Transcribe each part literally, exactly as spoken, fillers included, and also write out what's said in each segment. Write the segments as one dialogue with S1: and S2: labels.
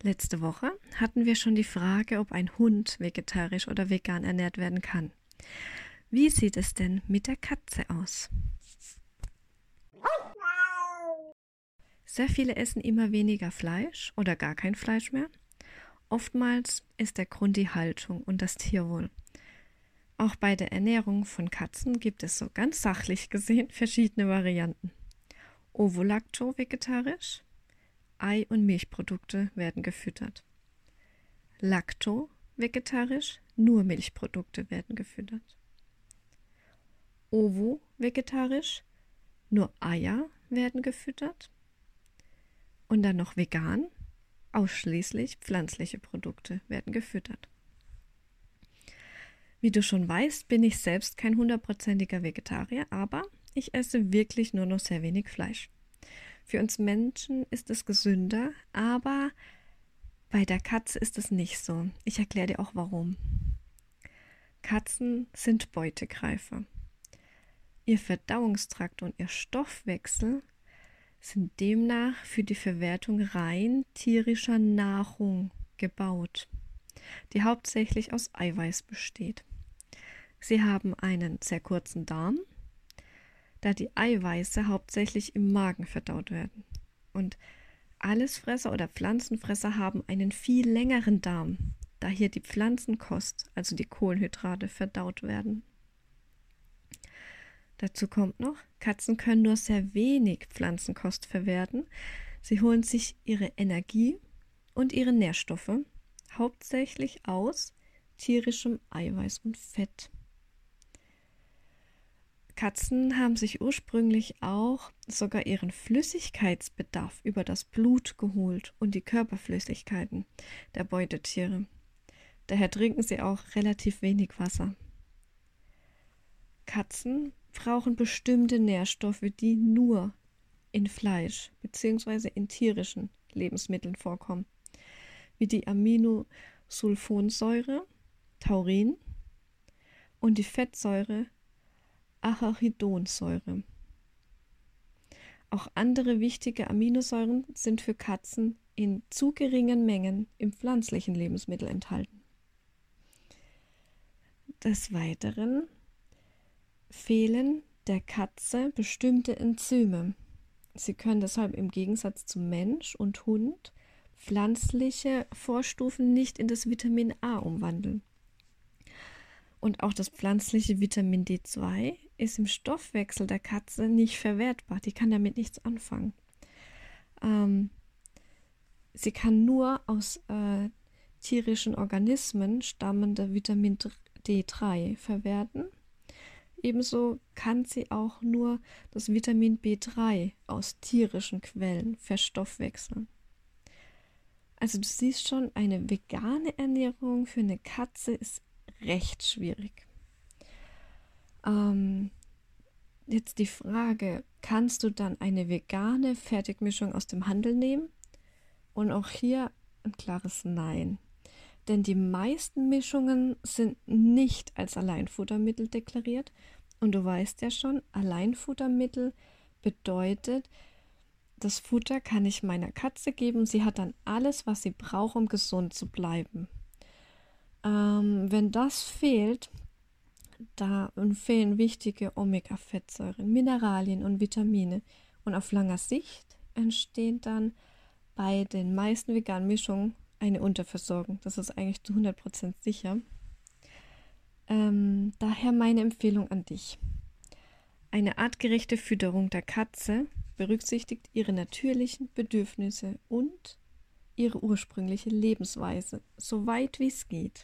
S1: Letzte Woche hatten wir schon die Frage, ob ein Hund vegetarisch oder vegan ernährt werden kann. Wie sieht es denn mit der Katze aus? Sehr viele essen immer weniger Fleisch oder gar kein Fleisch mehr. Oftmals ist der Grund die Haltung und das Tierwohl. Auch bei der Ernährung von Katzen gibt es so ganz sachlich gesehen verschiedene Varianten. Ovo-Lacto-vegetarisch, Ei- und Milchprodukte werden gefüttert. Lacto-vegetarisch, nur Milchprodukte werden gefüttert. Ovo-vegetarisch, nur Eier werden gefüttert. Und dann noch vegan, ausschließlich pflanzliche Produkte werden gefüttert. Wie du schon weißt, bin ich selbst kein hundertprozentiger Vegetarier, aber ich esse wirklich nur noch sehr wenig Fleisch. Für uns Menschen ist es gesünder, aber bei der Katze ist es nicht so. Ich erkläre dir auch warum. Katzen sind Beutegreifer. Ihr Verdauungstrakt und ihr Stoffwechsel sind demnach für die Verwertung rein tierischer Nahrung gebaut, die hauptsächlich aus Eiweiß besteht. Sie haben einen sehr kurzen Darm, da die Eiweiße hauptsächlich im Magen verdaut werden. Und Allesfresser oder Pflanzenfresser haben einen viel längeren Darm, da hier die Pflanzenkost, also die Kohlenhydrate, verdaut werden. Dazu kommt noch, Katzen können nur sehr wenig Pflanzenkost verwerten. Sie holen sich ihre Energie und ihre Nährstoffe hauptsächlich aus tierischem Eiweiß und Fett. Katzen haben sich ursprünglich auch sogar ihren Flüssigkeitsbedarf über das Blut geholt und die Körperflüssigkeiten der Beutetiere. Daher trinken sie auch relativ wenig Wasser. Katzen brauchen bestimmte Nährstoffe, die nur in Fleisch bzw. in tierischen Lebensmitteln vorkommen, wie die Aminosulfonsäure, Taurin, und die Fettsäure Arachidonsäure. Auch andere wichtige Aminosäuren sind für Katzen in zu geringen Mengen im pflanzlichen Lebensmittel enthalten. Des Weiteren fehlen der Katze bestimmte Enzyme. Sie können deshalb im Gegensatz zu Mensch und Hund pflanzliche Vorstufen nicht in das Vitamin A umwandeln. Und auch das pflanzliche Vitamin D zwei ist im Stoffwechsel der Katze nicht verwertbar. Die kann damit nichts anfangen. Ähm, sie kann nur aus äh, tierischen Organismen stammende Vitamin D drei verwerten. Ebenso kann sie auch nur das Vitamin B drei aus tierischen Quellen verstoffwechseln. Also du siehst schon, eine vegane Ernährung für eine Katze ist recht schwierig. Ähm, jetzt die Frage, kannst du dann eine vegane Fertigmischung aus dem Handel nehmen? Und auch hier ein klares Nein. Denn die meisten Mischungen sind nicht als Alleinfuttermittel deklariert. Und du weißt ja schon, Alleinfuttermittel bedeutet, das Futter kann ich meiner Katze geben. Sie hat dann alles, was sie braucht, um gesund zu bleiben. Ähm, wenn das fehlt, da fehlen wichtige Omega-Fettsäuren, Mineralien und Vitamine. Und auf langer Sicht entsteht dann bei den meisten veganen Mischungen eine Unterversorgung. Das ist eigentlich zu hundert Prozent sicher. Ähm, daher meine Empfehlung an dich. Eine artgerechte Fütterung der Katze berücksichtigt ihre natürlichen Bedürfnisse und ihre ursprüngliche Lebensweise, so weit wie es geht.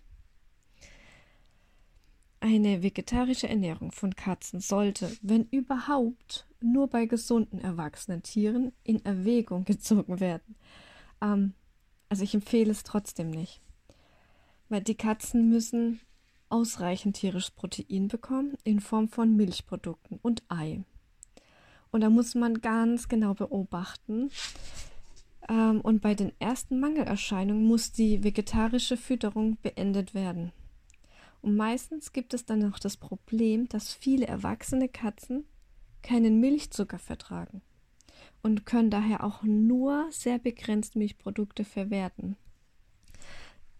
S1: Eine vegetarische Ernährung von Katzen sollte, wenn überhaupt, nur bei gesunden erwachsenen Tieren in Erwägung gezogen werden. Ähm, also ich empfehle es trotzdem nicht, weil die Katzen müssen ausreichend tierisches Protein bekommen in Form von Milchprodukten und Ei. Und da muss man ganz genau beobachten. Ähm, und bei den ersten Mangelerscheinungen muss die vegetarische Fütterung beendet werden. Und meistens gibt es dann noch das Problem, dass viele erwachsene Katzen keinen Milchzucker vertragen und können daher auch nur sehr begrenzt Milchprodukte verwerten.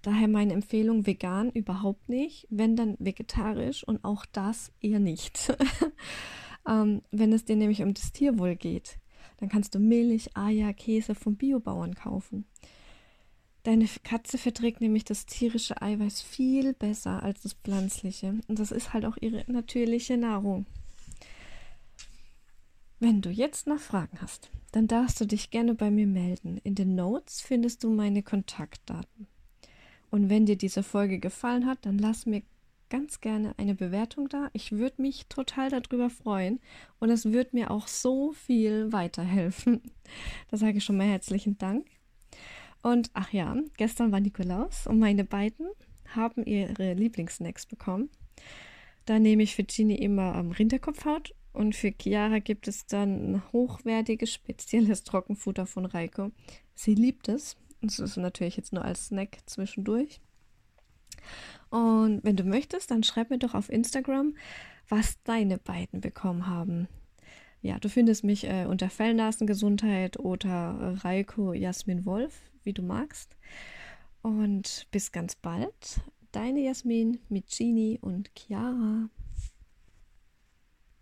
S1: Daher meine Empfehlung, vegan überhaupt nicht, wenn dann vegetarisch und auch das eher nicht. ähm, wenn es dir nämlich um das Tierwohl geht, dann kannst du Milch, Eier, Käse vom Biobauern kaufen. Deine Katze verträgt nämlich das tierische Eiweiß viel besser als das pflanzliche. Und das ist halt auch ihre natürliche Nahrung. Wenn du jetzt noch Fragen hast, dann darfst du dich gerne bei mir melden. In den Notes findest du meine Kontaktdaten. Und wenn dir diese Folge gefallen hat, dann lass mir ganz gerne eine Bewertung da. Ich würde mich total darüber freuen und es wird mir auch so viel weiterhelfen. Da sage ich schon mal herzlichen Dank. Und ach ja, gestern war Nikolaus und meine beiden haben ihre Lieblingssnacks bekommen. Da nehme ich für Gini immer ähm, Rinderkopfhaut und für Chiara gibt es dann ein hochwertiges, spezielles Trockenfutter von Reiko. Sie liebt es. Das ist natürlich jetzt nur als Snack zwischendurch. Und wenn du möchtest, dann schreib mir doch auf Instagram, was deine beiden bekommen haben. Ja, du findest mich äh, unter Fellnasengesundheit oder Reiko Jasmin Wolf, wie du magst. Und bis ganz bald. Deine Jasmin mit Gini und Chiara.